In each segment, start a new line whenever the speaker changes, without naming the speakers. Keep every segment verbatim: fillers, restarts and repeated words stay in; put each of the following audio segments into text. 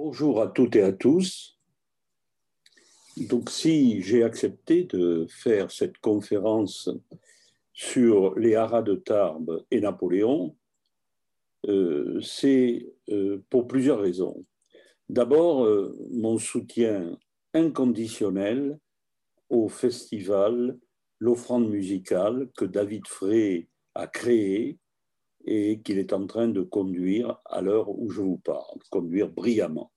Bonjour à toutes et à tous. Donc, si j'ai accepté de faire cette conférence sur les haras de Tarbes et Napoléon, euh, c'est euh, pour plusieurs raisons. D'abord, euh, mon soutien inconditionnel au festival L'Offrande musicale que David Frey a créé et qu'il est en train de conduire à l'heure où je vous parle, conduire brillamment.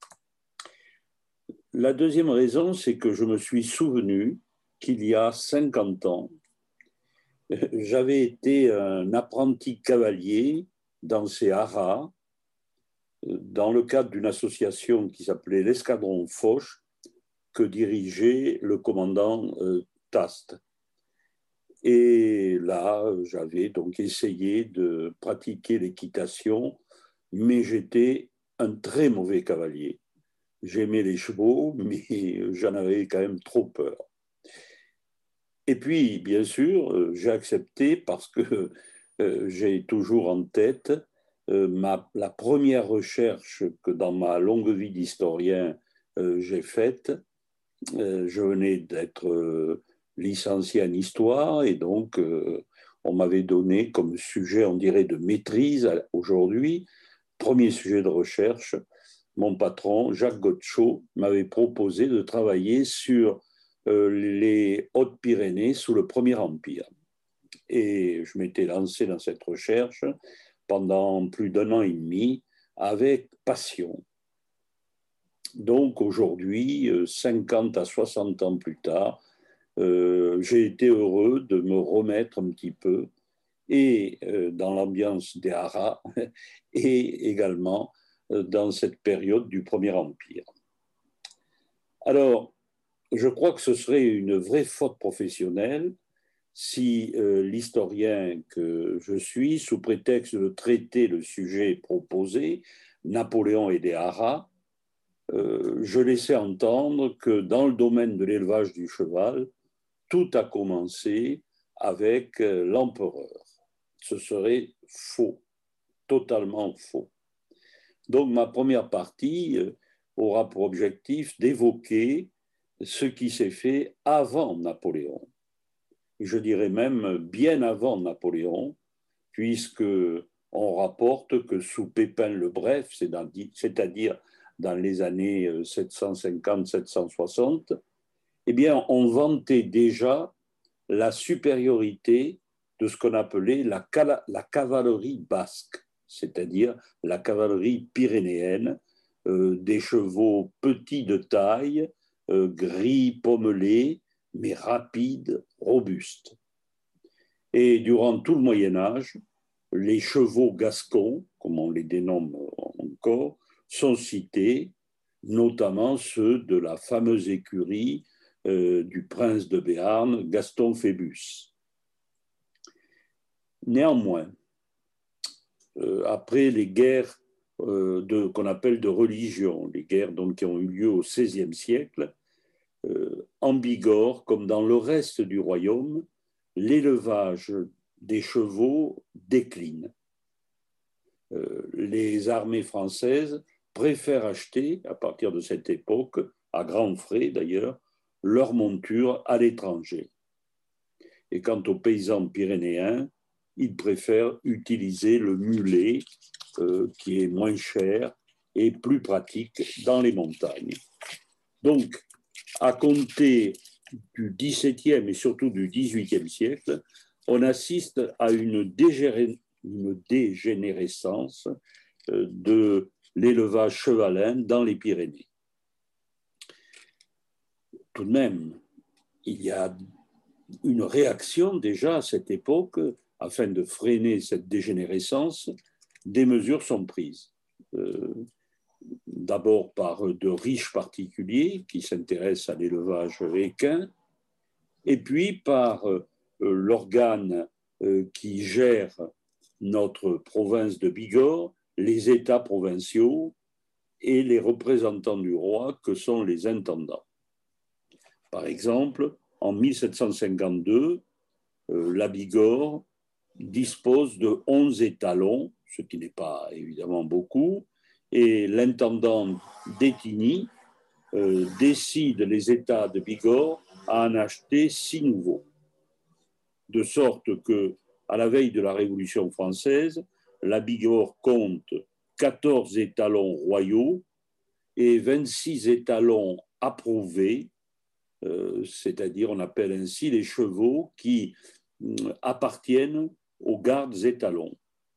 La deuxième raison, c'est que je me suis souvenu qu'il y a cinquante ans, j'avais été un apprenti cavalier dans ces haras, dans le cadre d'une association qui s'appelait l'Escadron Foch, que dirigeait le commandant euh, Tast. Et là, j'avais donc essayé de pratiquer l'équitation, mais j'étais un très mauvais cavalier. J'aimais les chevaux, mais j'en avais quand même trop peur. Et puis, bien sûr, j'ai accepté parce que euh, j'ai toujours en tête euh, ma, la première recherche que dans ma longue vie d'historien euh, j'ai faite. Euh, je venais d'être euh, licencié en histoire et donc euh, on m'avait donné comme sujet, on dirait, de maîtrise aujourd'hui, premier sujet de recherche. Mon patron, Jacques Godechaux, m'avait proposé de travailler sur euh, les Hautes-Pyrénées sous le Premier Empire. Et je m'étais lancé dans cette recherche pendant plus d'un an et demi avec passion. Donc aujourd'hui, cinquante à soixante ans plus tard, euh, j'ai été heureux de me remettre un petit peu et euh, dans l'ambiance des haras et également euh, dans cette période du Premier Empire. Alors, je crois que ce serait une vraie faute professionnelle si euh, l'historien que je suis, sous prétexte de traiter le sujet proposé, Napoléon et des haras, euh, je laissais entendre que dans le domaine de l'élevage du cheval, tout a commencé avec euh, l'empereur. Ce serait faux, totalement faux. Donc ma première partie euh, aura pour objectif d'évoquer ce qui s'est fait avant Napoléon. Je dirais même bien avant Napoléon, puisque on rapporte que sous Pépin le Bref, c'est-à-dire dans les années sept cent cinquante sept cent soixante, eh bien, on vantait déjà la supériorité de ce qu'on appelait la, la cavalerie basque, c'est-à-dire la cavalerie pyrénéenne, euh, des chevaux petits de taille, euh, gris pommelés, mais rapides, robustes. Et durant tout le Moyen-Âge, les chevaux gascons, comme on les dénomme encore, sont cités, notamment ceux de la fameuse écurie euh, du prince de Béarn, Gaston Phébus. Néanmoins, euh, après les guerres euh, de, qu'on appelle de religion, les guerres donc, qui ont eu lieu au seizième siècle, euh, en Bigorre, comme dans le reste du royaume, l'élevage des chevaux décline. Euh, les armées françaises préfèrent acheter, à partir de cette époque, à grands frais d'ailleurs, leurs montures à l'étranger. Et quant aux paysans pyrénéens, ils préfèrent utiliser le mulet, euh, qui est moins cher et plus pratique dans les montagnes. Donc, à compter du dix-septième et surtout du dix-huitième siècle, on assiste à une, dégéné une dégénérescence de l'élevage chevalin dans les Pyrénées. Tout de même, il y a une réaction déjà à cette époque, afin de freiner cette dégénérescence, des mesures sont prises. Euh, D'abord par de riches particuliers qui s'intéressent à l'élevage équin, et puis par euh, l'organe euh, qui gère notre province de Bigorre, les États provinciaux et les représentants du roi que sont les intendants. Par exemple, en mille sept cent cinquante-deux, euh, la Bigorre dispose de onze étalons, ce qui n'est pas évidemment beaucoup, et l'intendant d'Étigny euh, décide les États de Bigorre à en acheter six nouveaux. De sorte que, à la veille de la Révolution française, la Bigorre compte quatorze étalons royaux et vingt-six étalons approuvés, euh, c'est-à-dire on appelle ainsi les chevaux qui euh, appartiennent aux gardes étalons.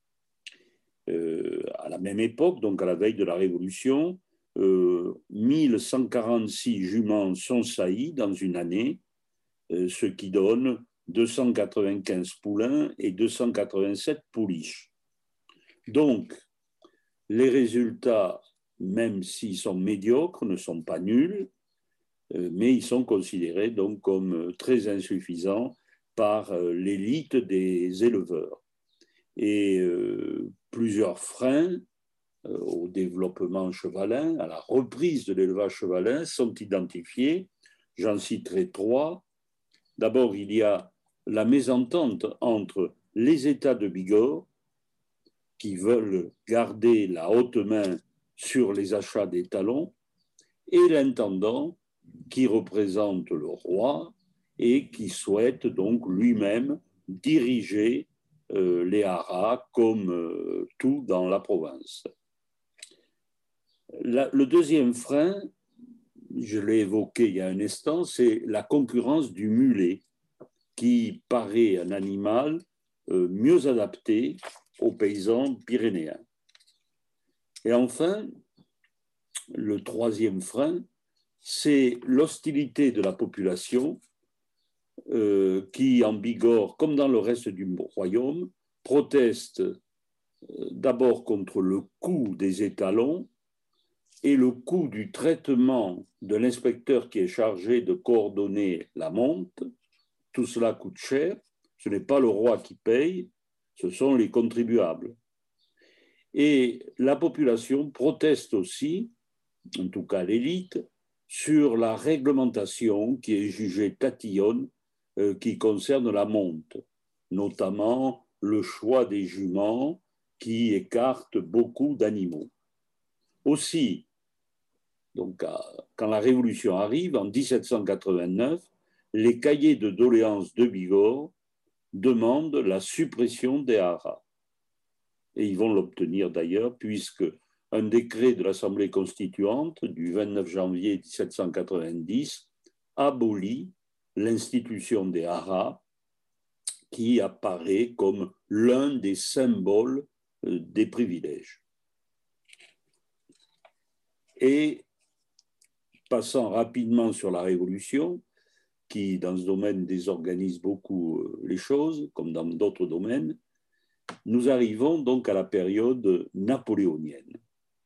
Euh, à la même époque, donc à la veille de la Révolution, euh, mille cent quarante-six juments sont saillies dans une année, euh, ce qui donne deux cent quatre-vingt-quinze poulains et deux cent quatre-vingt-sept pouliches. Donc, les résultats, même s'ils sont médiocres, ne sont pas nuls, euh, mais ils sont considérés donc comme très insuffisants par euh, l'élite des éleveurs. Et euh, plusieurs freins euh, au développement chevalin, à la reprise de l'élevage chevalin, sont identifiés. J'en citerai trois. D'abord, il y a la mésentente entre les États de Bigorre, qui veulent garder la haute main sur les achats des talons, et l'intendant, qui représente le roi et qui souhaite donc lui-même diriger euh, les haras comme euh, tout dans la province. La, le deuxième frein, je l'ai évoqué il y a un instant, c'est la concurrence du mulet, qui paraît un animal euh, mieux adapté aux paysans pyrénéens. Et enfin, le troisième frein, c'est l'hostilité de la population euh, qui, en Bigorre, comme dans le reste du royaume, proteste euh, d'abord contre le coût des étalons et le coût du traitement de l'inspecteur qui est chargé de coordonner la monte. Tout cela coûte cher. Ce n'est pas le roi qui paye, ce sont les contribuables. Et la population proteste aussi, en tout cas l'élite, sur la réglementation qui est jugée tatillonne, euh, qui concerne la monte, notamment le choix des juments qui écarte beaucoup d'animaux. Aussi, donc, quand la Révolution arrive, en dix-sept cent quatre-vingt-neuf, les cahiers de doléances de Bigorre demandent la suppression des haras. Et ils vont l'obtenir d'ailleurs, puisque un décret de l'Assemblée constituante du vingt-neuf janvier dix-sept cent quatre-vingt-dix abolit l'institution des haras, qui apparaît comme l'un des symboles des privilèges. Et passant rapidement sur la Révolution, qui dans ce domaine désorganise beaucoup les choses, comme dans d'autres domaines, nous arrivons donc à la période napoléonienne.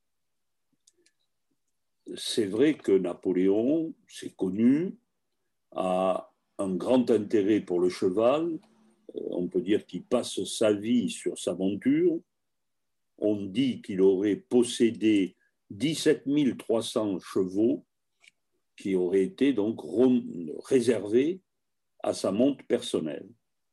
C'est vrai que Napoléon, c'est connu, a un grand intérêt pour le cheval. On peut dire qu'il passe sa vie sur sa monture. On dit qu'il aurait possédé dix-sept mille trois cents chevaux qui auraient été donc réservés à sa monte personnelle.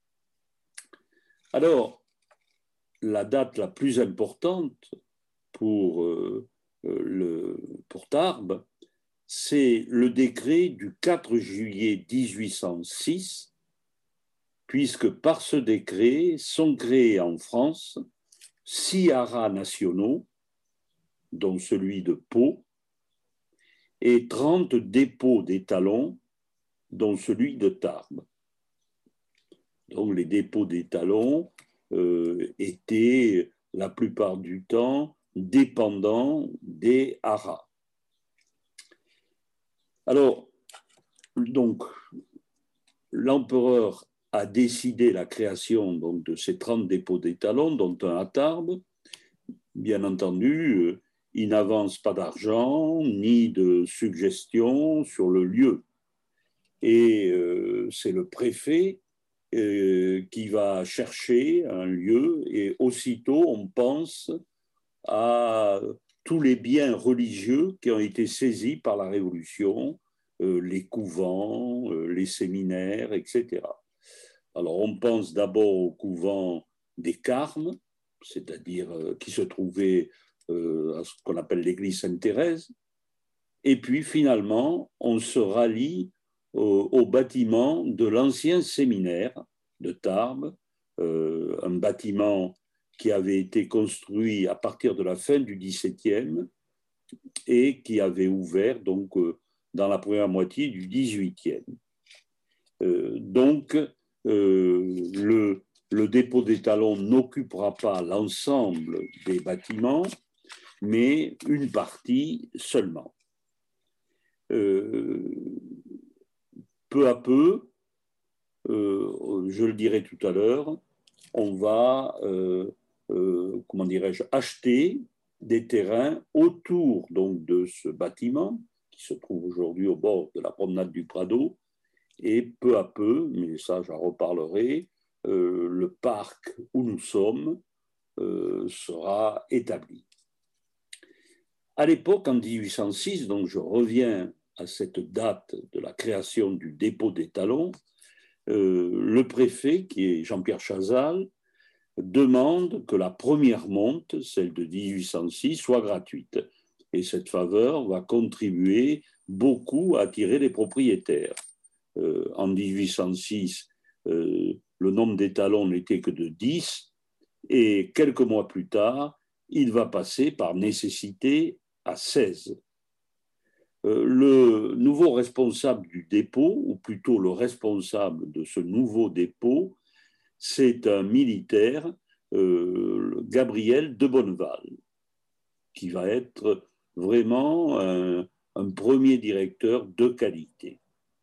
Alors, la date la plus importante pour, euh, le, pour Tarbes, c'est le décret du quatre juillet mille huit cent six, puisque par ce décret sont créés en France six haras nationaux, dont celui de Pau, et trente dépôts d'étalons, dont celui de Tarbes. Donc les dépôts d'étalons euh, étaient la plupart du temps dépendants des haras. Alors, donc, l'empereur a décidé la création donc, de ces trente dépôts d'étalons, dont un à Tarbes. Bien entendu, euh, il n'avance pas d'argent ni de suggestions sur le lieu. Et euh, c'est le préfet euh, qui va chercher un lieu et aussitôt on pense à tous les biens religieux qui ont été saisis par la Révolution, euh, les couvents, euh, les séminaires, et cetera. Alors on pense d'abord au couvent des Carmes, c'est-à-dire euh, qui se trouvait euh, à ce qu'on appelle l'église Sainte-Thérèse. Et puis finalement, on se rallie au, au bâtiment de l'ancien séminaire de Tarbes, euh, un bâtiment qui avait été construit à partir de la fin du dix-septième et qui avait ouvert donc euh, dans la première moitié du dix-huitième. Euh, donc, euh, le, le dépôt d'étalons n'occupera pas l'ensemble des bâtiments, mais une partie seulement. Euh, peu à peu, euh, je le dirai tout à l'heure, on va, euh, euh, comment dirais-je, acheter des terrains autour donc, de ce bâtiment qui se trouve aujourd'hui au bord de la promenade du Prado. Et peu à peu, mais ça j'en reparlerai, euh, le parc où nous sommes euh, sera établi. À l'époque, en mille huit cent six, donc je reviens à cette date de la création du dépôt d'étalons, euh, le préfet, qui est Jean-Pierre Chazal, demande que la première monte, celle de mille huit cent six, soit gratuite. Et cette faveur va contribuer beaucoup à attirer les propriétaires. Euh, en mille huit cent six, euh, le nombre d'étalons n'était que de dix, et quelques mois plus tard, il va passer par nécessité à seize. Euh, le nouveau responsable du dépôt, ou plutôt le responsable de ce nouveau dépôt, c'est un militaire, euh, Gabriel de Bonneval, qui va être vraiment un, un premier directeur de qualité.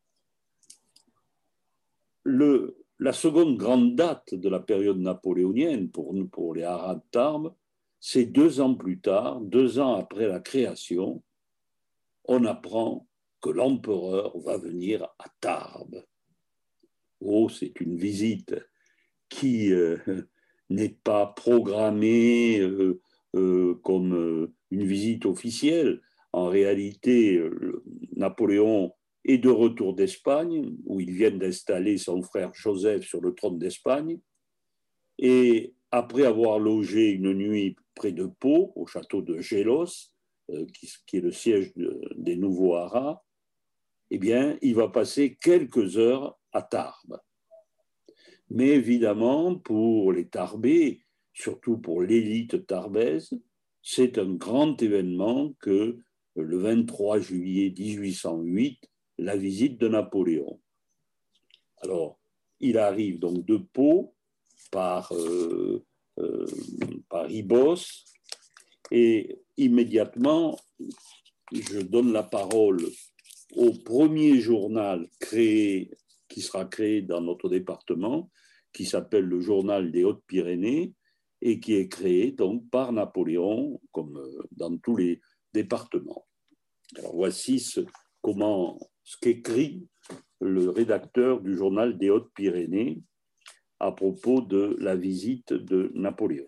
Le, la seconde grande date de la période napoléonienne pour nous, pour les haras de Tarbes, c'est deux ans plus tard, deux ans après la création, on apprend que l'empereur va venir à Tarbes. Oh, c'est une visite qui euh, n'est pas programmée euh, euh, comme euh, une visite officielle. En réalité, euh, Napoléon est de retour d'Espagne, où il vient d'installer son frère Joseph sur le trône d'Espagne. Et après avoir logé une nuit près de Pau, au château de Gélos, euh, qui, qui, est le siège de, des nouveaux haras, eh bien, il va passer quelques heures à Tarbes. Mais évidemment, pour les Tarbais, surtout pour l'élite tarbaise, c'est un grand événement que le vingt-trois juillet mille huit cent huit, la visite de Napoléon. Alors, il arrive donc de Pau par, euh, euh, par Ibos et immédiatement, je donne la parole au premier journal créé, qui sera créé dans notre département, qui s'appelle le Journal des Hautes-Pyrénées et qui est créé donc par Napoléon, comme dans tous les départements. Alors voici ce, comment, ce qu'écrit le rédacteur du Journal des Hautes-Pyrénées à propos de la visite de Napoléon.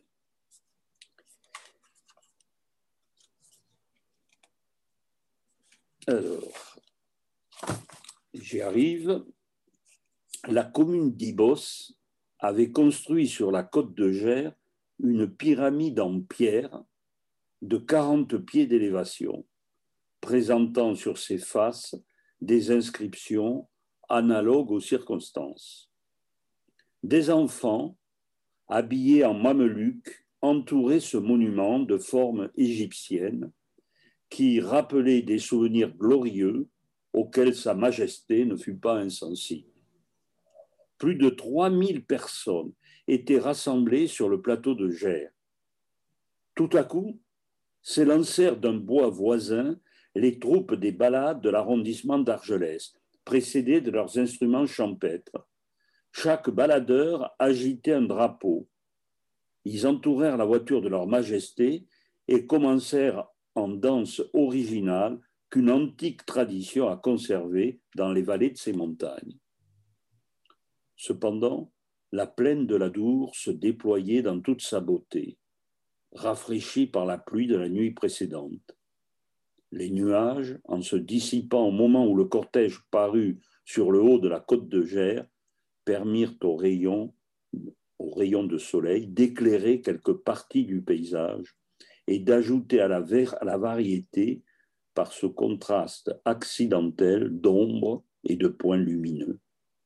Alors, j'y arrive. La commune d'Ibos avait construit sur la côte de Gers une pyramide en pierre de quarante pieds d'élévation, présentant sur ses faces des inscriptions analogues aux circonstances. Des enfants, habillés en mamelucs, entouraient ce monument de forme égyptienne qui rappelait des souvenirs glorieux auxquels Sa Majesté ne fut pas insensible. Plus de trois mille personnes étaient rassemblées sur le plateau de Gers. Tout à coup, s'élancèrent d'un bois voisin les troupes des ballades de l'arrondissement d'Argelès, précédées de leurs instruments champêtres. Chaque baladeur agitait un drapeau. Ils entourèrent la voiture de leur majesté et commencèrent en danse originale qu'une antique tradition a conservée dans les vallées de ces montagnes. Cependant, la plaine de l'Adour se déployait dans toute sa beauté, rafraîchie par la pluie de la nuit précédente. Les nuages, en se dissipant au moment où le cortège parut sur le haut de la côte de Gers, permirent aux rayons, aux rayons de soleil d'éclairer quelques parties du paysage et d'ajouter à la, à la variété par ce contraste accidentel d'ombre et de points lumineux.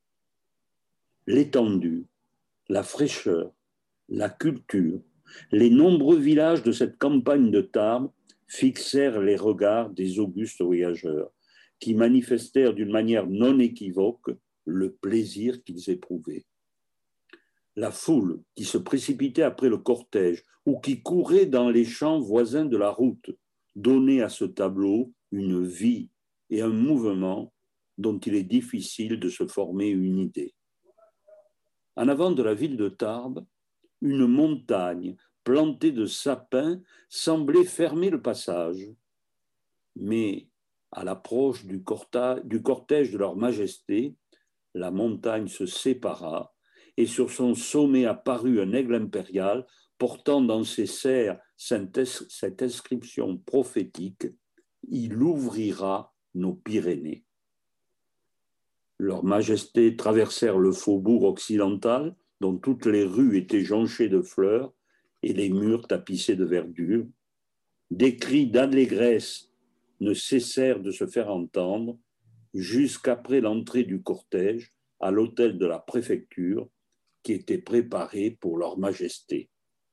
L'étendue, la fraîcheur, la culture, les nombreux villages de cette campagne de Tarbes fixèrent les regards des augustes voyageurs, qui manifestèrent d'une manière non équivoque le plaisir qu'ils éprouvaient. La foule qui se précipitait après le cortège ou qui courait dans les champs voisins de la route donnait à ce tableau une vie et un mouvement dont il est difficile de se former une idée. En avant de la ville de Tarbes, une montagne plantée de sapins semblait fermer le passage. Mais à l'approche du cortège de leur majesté, la montagne se sépara et sur son sommet apparut un aigle impérial portant dans ses serres cette inscription prophétique « Il ouvrira nos Pyrénées ». Leurs majestés traversèrent le faubourg occidental, dont toutes les rues étaient jonchées de fleurs et les murs tapissés de verdure. Des cris d'allégresse ne cessèrent de se faire entendre jusqu'après l'entrée du cortège à l'hôtel de la préfecture qui était préparé pour leur majesté.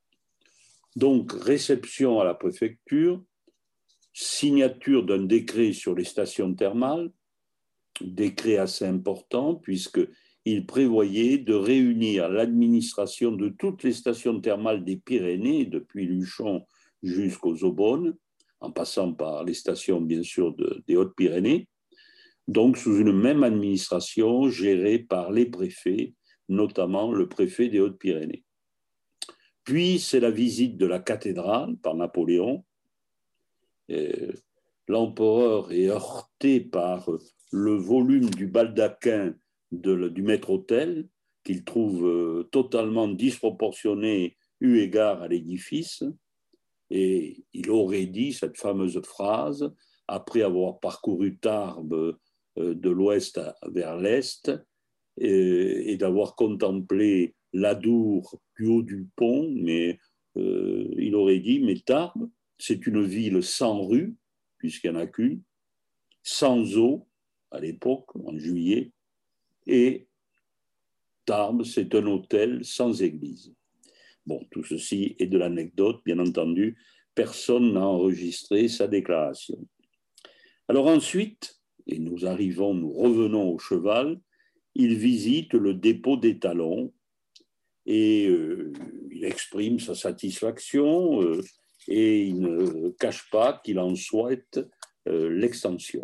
Donc, réception à la préfecture, signature d'un décret sur les stations thermales, décret assez important puisqu'il prévoyait de réunir l'administration de toutes les stations thermales des Pyrénées, depuis Luchon jusqu'aux Aubonnes, en passant par les stations bien sûr de, des Hautes-Pyrénées, donc sous une même administration gérée par les préfets, notamment le préfet des Hautes-Pyrénées. Puis c'est la visite de la cathédrale par Napoléon. L'empereur est heurté par le volume du baldaquin de, du maître-autel, qu'il trouve euh, totalement disproportionné eu égard à l'édifice. Et il aurait dit cette fameuse phrase, après avoir parcouru Tarbes euh, de l'ouest vers l'est, et, et d'avoir contemplé l'Adour du haut du pont, mais euh, il aurait dit, mais Tarbes, c'est une ville sans rue, puisqu'il n'y en a qu'une, sans eau, à l'époque, en juillet, et Tarbes, c'est un hôtel sans église. Bon, tout ceci est de l'anecdote, bien entendu, personne n'a enregistré sa déclaration. Alors ensuite, et nous arrivons, nous revenons au cheval, il visite le dépôt des talons et euh, il exprime sa satisfaction euh, et il ne cache pas qu'il en souhaite euh, l'extension.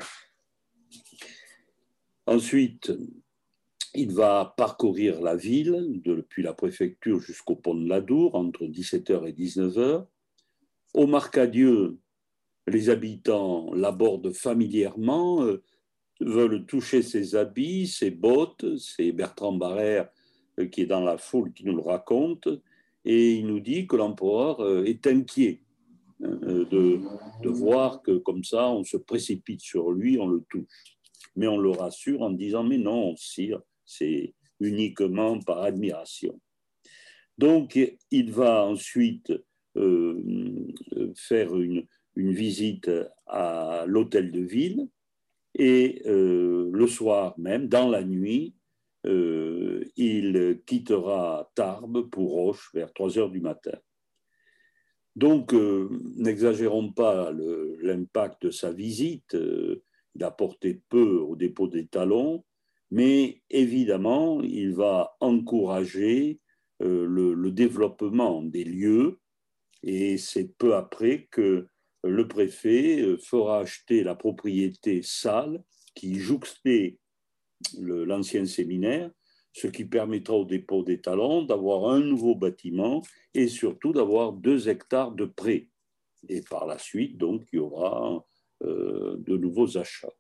Ensuite, il va parcourir la ville, depuis la préfecture jusqu'au pont de l'Adour, entre dix-sept heures et dix-neuf heures. Au Marcadieu, les habitants l'abordent familièrement, euh, veulent toucher ses habits, ses bottes. C'est Bertrand Barrère euh, qui est dans la foule qui nous le raconte, et il nous dit que l'empereur euh, est inquiet hein, de, de voir que comme ça, on se précipite sur lui, on le touche. Mais on le rassure en disant « mais non, sire, c'est uniquement par admiration ». Donc, il va ensuite euh, faire une, une visite à l'hôtel de ville et euh, le soir même, dans la nuit, euh, il quittera Tarbes pour Auch vers trois heures du matin. Donc, euh, n'exagérons pas l'impact de sa visite. Euh, il a apporté peu au dépôt des talons, mais évidemment, il va encourager euh, le, le développement des lieux, et c'est peu après que le préfet fera acheter la propriété Salles qui jouxtait l'ancien séminaire, ce qui permettra au dépôt des talons d'avoir un nouveau bâtiment et surtout d'avoir deux hectares de prés. Et par la suite, donc, il y aura euh, de nouveaux achats.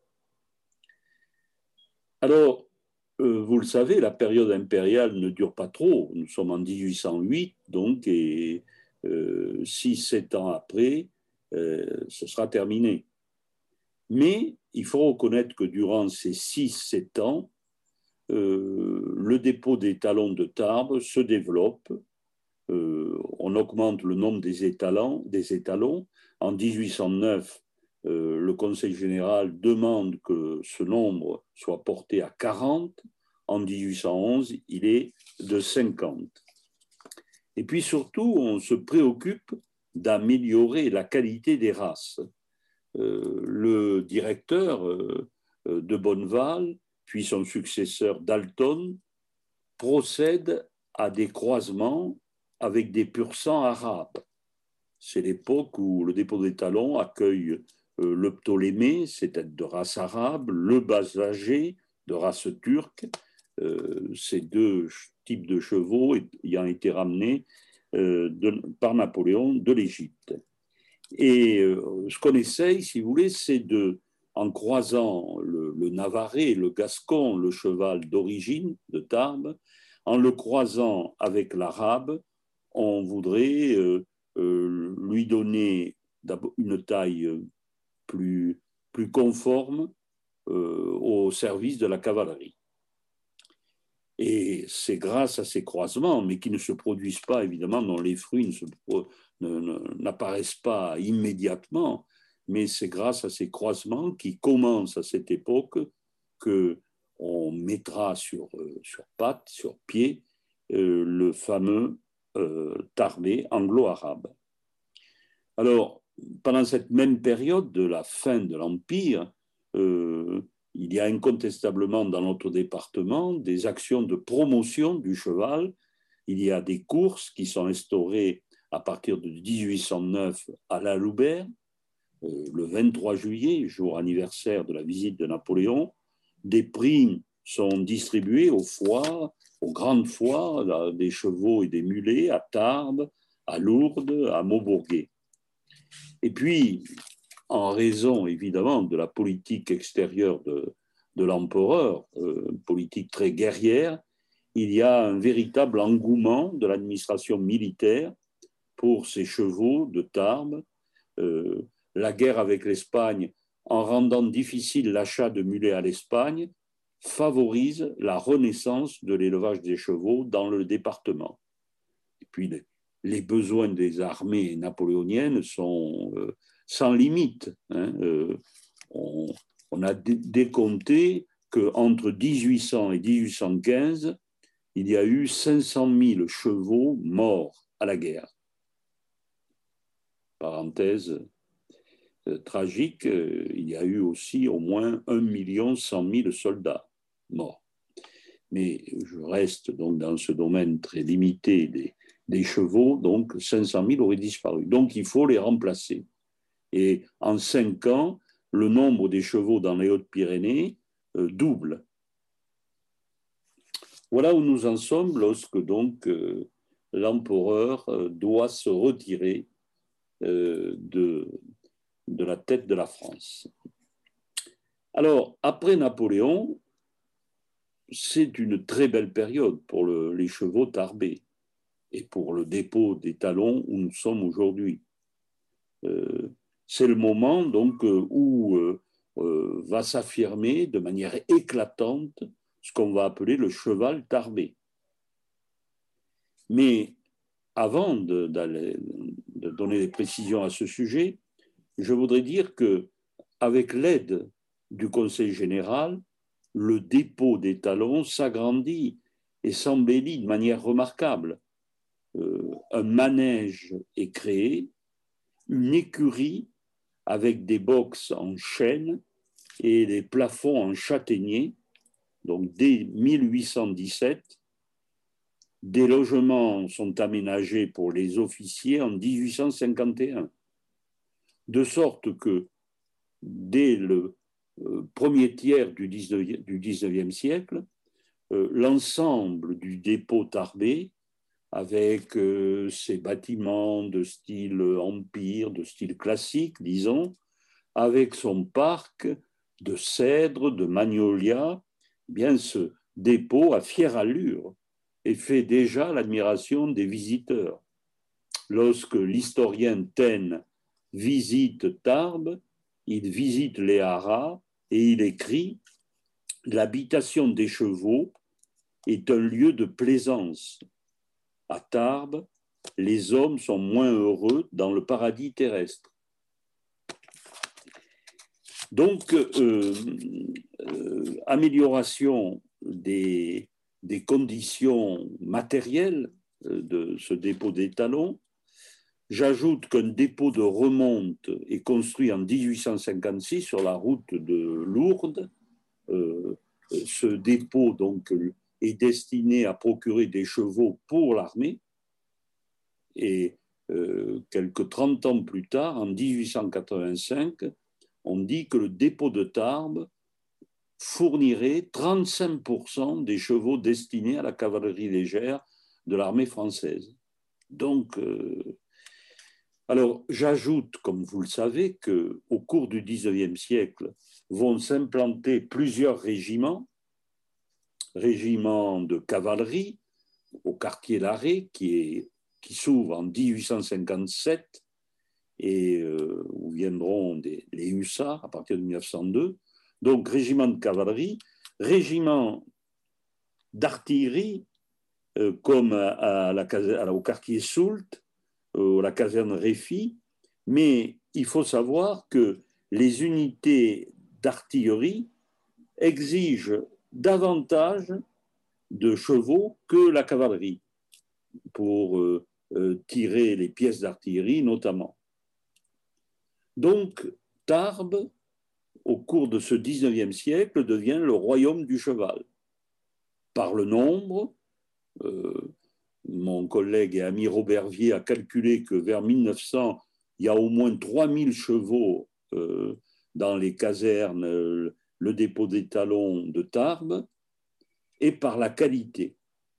Alors, euh, vous le savez, la période impériale ne dure pas trop. Nous sommes en mille huit cent huit, donc, et euh, six sept ans après, euh, ce sera terminé. Mais il faut reconnaître que durant ces six sept ans, euh, le dépôt des talons de Tarbes se développe euh, on augmente le nombre des étalons. Des étalons. En dix-huit cent neuf, euh, le Conseil général demande que ce nombre soit porté à quarante. En dix-huit cent onze, il est de cinquante. Et puis surtout, on se préoccupe d'améliorer la qualité des races. Euh, le directeur euh, de Bonneval, puis son successeur Dalton, procèdent à des croisements avec des pur-sangs arabes. C'est l'époque où le dépôt d'étalons accueille euh, le Ptolémée, c'est-à-dire de race arabe, le Basagé, de race turque. Euh, ces deux types de chevaux ayant été ramenés euh, de, par Napoléon de l'Égypte. Et euh, ce qu'on essaye, si vous voulez, c'est de, en croisant le, le Navarrais, le Gascon, le cheval d'origine de Tarbes, en le croisant avec l'arabe, on voudrait euh, euh, lui donner une taille plus, plus conforme euh, au service de la cavalerie. Et c'est grâce à ces croisements, mais qui ne se produisent pas évidemment, dont les fruits ne se, ne, ne, n'apparaissent pas immédiatement, mais c'est grâce à ces croisements qui commencent à cette époque qu'on mettra sur, euh, sur pattes, sur pied, euh, le fameux euh, tarbé anglo-arabe. Alors, pendant cette même période de la fin de l'Empire, euh, il y a incontestablement dans notre département des actions de promotion du cheval. Il y a des courses qui sont instaurées à partir de dix-huit cent neuf à la Loubert, euh, le vingt-trois juillet, jour anniversaire de la visite de Napoléon. Des prix sont distribués aux foires, aux grandes foires, là, des chevaux et des mulets à Tarbes, à Lourdes, à Maubourguet. Et puis, en raison évidemment de la politique extérieure de, de l'empereur, euh, politique très guerrière, il y a un véritable engouement de l'administration militaire pour ces chevaux de Tarbes. Euh, la guerre avec l'Espagne, en rendant difficile l'achat de mulets à l'Espagne, favorise la renaissance de l'élevage des chevaux dans le département. Et puis, les, les besoins des armées napoléoniennes sont euh, sans limite. Hein. Euh, on, on a dé décompté qu'entre dix-huit cents et dix-huit cent quinze, il y a eu cinq cent mille chevaux morts à la guerre. Parenthèse euh, tragique, euh, il y a eu aussi au moins un million cent mille soldats morts. Mais je reste donc dans ce domaine très limité des, des chevaux, donc cinq cent mille auraient disparu. Donc il faut les remplacer. Et en cinq ans, le nombre des chevaux dans les Hautes-Pyrénées euh, double. Voilà où nous en sommes lorsque donc euh, l'empereur euh, doit se retirer euh, de, de la tête de la France. Alors, après Napoléon, c'est une très belle période pour le, les chevaux tarbés et pour le dépôt d'étalons où nous sommes aujourd'hui. Euh, c'est le moment donc où euh, euh, va s'affirmer de manière éclatante ce qu'on va appeler le cheval tarbé. Mais avant de, de donner des précisions à ce sujet, je voudrais dire que avec l'aide du Conseil général, le dépôt d'étalons s'agrandit et s'embellit de manière remarquable. Euh, un manège est créé, une écurie avec des boxes en chêne et des plafonds en châtaignier. Donc dès mille huit cent dix-sept, des logements sont aménagés pour les officiers en dix-huit cent cinquante et un. De sorte que dès le euh, premier tiers du dix-neuvième siècle, euh, l'ensemble du dépôt tarbé, avec euh, ses bâtiments de style empire, de style classique, disons, avec son parc de cèdres, de magnolias, eh bien ce dépôt a fière allure et fait déjà l'admiration des visiteurs. Lorsque l'historien Taine visite Tarbes, il visite les haras et il écrit « L'habitation des chevaux est un lieu de plaisance. À Tarbes, les hommes sont moins heureux dans le paradis terrestre. Donc, euh, euh, amélioration des, des conditions matérielles de ce dépôt d'étalons. J'ajoute qu'un dépôt de remonte est construit en mille huit cent cinquante-six sur la route de Lourdes. Euh, ce dépôt donc, est destiné à procurer des chevaux pour l'armée. Et euh, quelques trente ans plus tard, en mille huit cent quatre-vingt-cinq, on dit que le dépôt de Tarbes fournirait trente-cinq pour cent des chevaux destinés à la cavalerie légère de l'armée française. Donc, euh, alors j'ajoute, comme vous le savez, qu'au cours du dix-neuvième siècle vont s'implanter plusieurs régiments, régiments de cavalerie au quartier Larrey, qui, est, qui s'ouvre en mille huit cent cinquante-sept et euh, où viendront des, les hussards à partir de mille neuf cent deux. Donc, régiment de cavalerie, régiment d'artillerie, euh, comme à, à la, à, au quartier Soult, euh, la caserne Réfi, mais il faut savoir que les unités d'artillerie exigent davantage de chevaux que la cavalerie pour euh, euh, tirer les pièces d'artillerie notamment. Donc, Tarbes, au cours de ce dix-neuvième siècle, devient le royaume du cheval. Par le nombre, euh, mon collègue et ami Robert Vier a calculé que vers mille neuf cents, il y a au moins trois mille chevaux euh, dans les casernes, euh, le dépôt d'étalons de Tarbes, et par la qualité.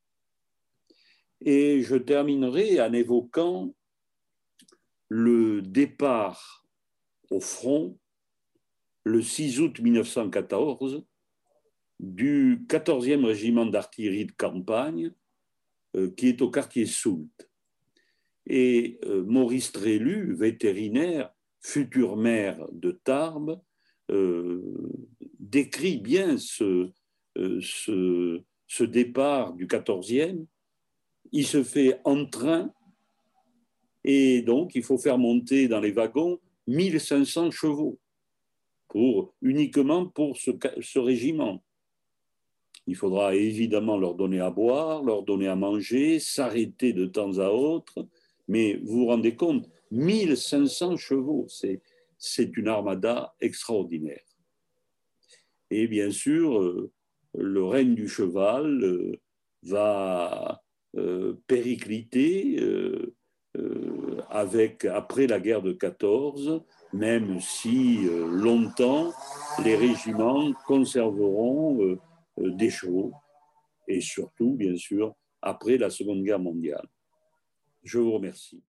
Et je terminerai en évoquant le départ au front, le six août mille neuf cent quatorze, du quatorzième régiment d'artillerie de campagne, euh, qui est au quartier Soult. Et euh, Maurice Trélu, vétérinaire, futur maire de Tarbes, euh, décrit bien ce, euh, ce, ce départ du quatorzième. Il se fait en train et donc il faut faire monter dans les wagons mille cinq cents chevaux pour, uniquement pour ce, ce régiment. Il faudra évidemment leur donner à boire, leur donner à manger, s'arrêter de temps à autre. Mais vous vous rendez compte, mille cinq cents chevaux, c'est, c'est une armada extraordinaire. Et bien sûr, euh, le règne du cheval euh, va euh, péricliter euh, euh, avec, après la guerre de quatorze, même si euh, longtemps les régiments conserveront euh, euh, des chevaux, et surtout, bien sûr, après la Seconde Guerre mondiale. Je vous remercie.